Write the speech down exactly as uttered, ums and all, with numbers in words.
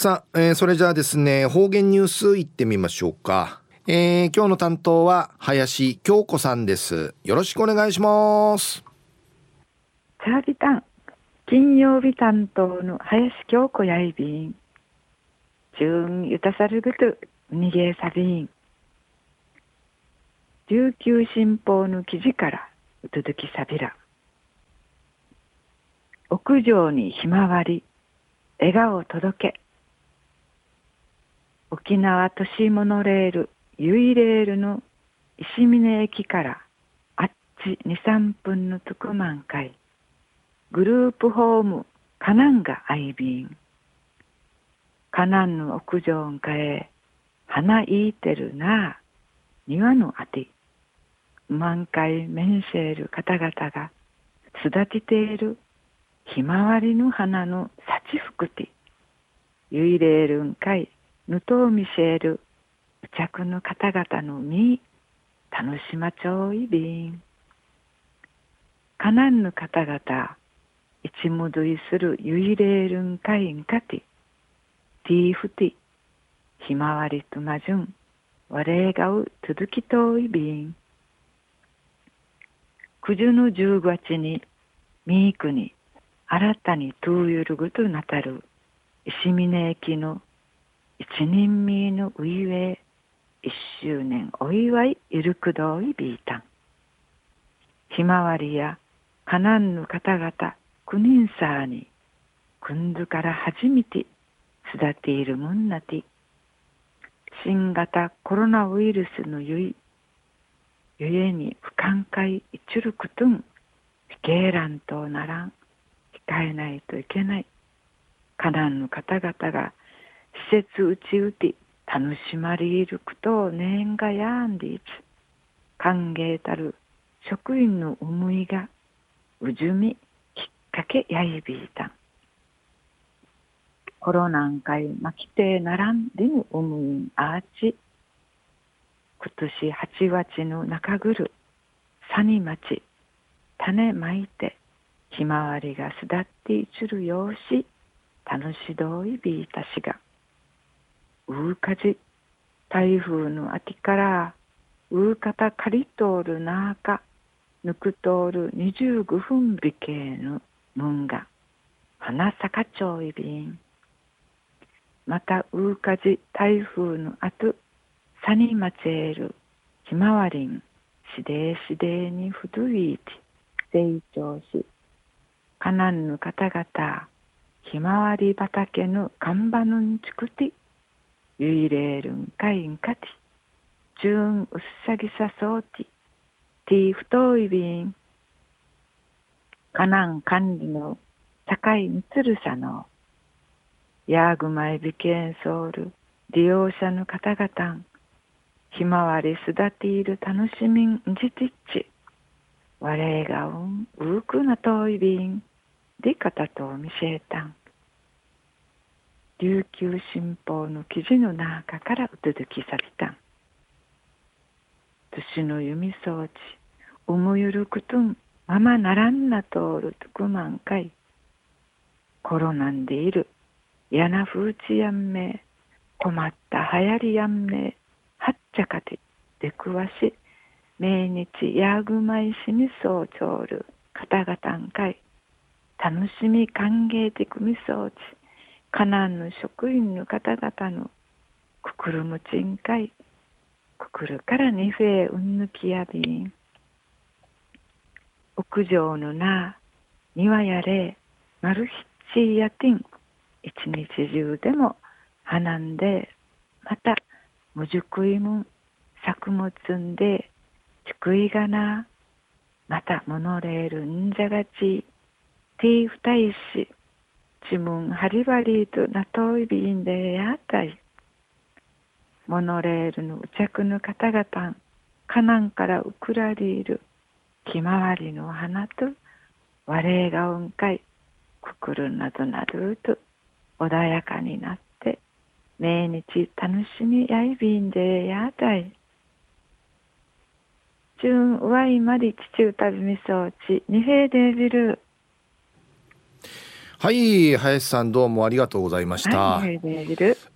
さあ、えー、それじゃあですね、方言ニュースいってみましょうか。えー、今日の担当は林京子さんです。よろしくお願いします。 チャービタン金曜日担当の林京子やいびん中ゆたさるぐとにげさびん琉球新報の記事からうとどきさびら屋上にひまわり笑顔届け沖縄都市モノレールゆいレールの石峰駅からあっちに、さんぷんのつく満開グループホームカナンがアイビンカナンの屋上んかえ花いいてるな庭のあて満開メンシェール方々が育てているひまわりの花の幸福てゆいれるんかいぬとうみせるうちゃくの方々のみ楽しまちょいびんカナンの方々一むどいするゆいれるんかいんかてティーフティひまわりとまじゅんわれがう続きといびんくじゅのじゅうがつにみーくに新たにとうゆるぐとなたる石峰駅の一人みのういえ一周年お祝いゆるくどいびいたんひまわりやカナンの方々くにんさーにくんずから初めて育ているもんなて新型コロナウイルスのゆいゆえに不寛解いちるくとんひけいらんとならん控えないといけないカナンの方々が施設うちうて楽しまれることを年がやんでいつ歓迎たる職員の思いがうじゅみきっかけやいびいたんコロナんかいまきてならんでぬ思いんあーち今年はちがつの中ぐるさにまち種まいてひまわりがすだっていちるようし楽しどいびいたしがううかじ台風の秋からううかたかりとおるなかぬくとおるにじゅうごふんびけいのむんが花さかちょいびんまたううかじ台風のあとさにまちえるひまわりんしでいしでいにふどいて成長しカナンの方々ひまわり畑の看板のちくてゆいれるんかいんかてじゅんうっさぎさそうてティーふといびんカナン管理の高いみつるさのヤーグマイビケンソール利用者の方々ひまわりすだている楽しみんじちっちわれがうんうくなといびんでかたとみせえたん琉球新報の記事の中からうとどきさびたん年の弓装置おもゆるくとんままならんなとおるとくまんかいコロナんでいるやなふうちやんめ困ったはやりやんめはっちゃかてでくわし命日やぐまいしにそうちょうる方々んかい楽しみ歓迎てくみそうちカナンの職員の方々のくくるむちんかいくくるからにふえうんぬきやびん屋上のな庭やれまるひっちやてん一日中でも花んでまたむじゅくいむん作物んでちくいがなまたモノレールんじゃがちティーふたいしちむんはりばりとなといびんでやたいモノレールのうちゃくの方々カナンからうくらりいるひまわりの花とわれがうんかいくくるなどなどと穏やかになって命日楽しみやいびんでやたいちゅんうわいまりちちうたびみそうちにへいでびる。 はい、林さんどうもありがとうございました。 はい、メール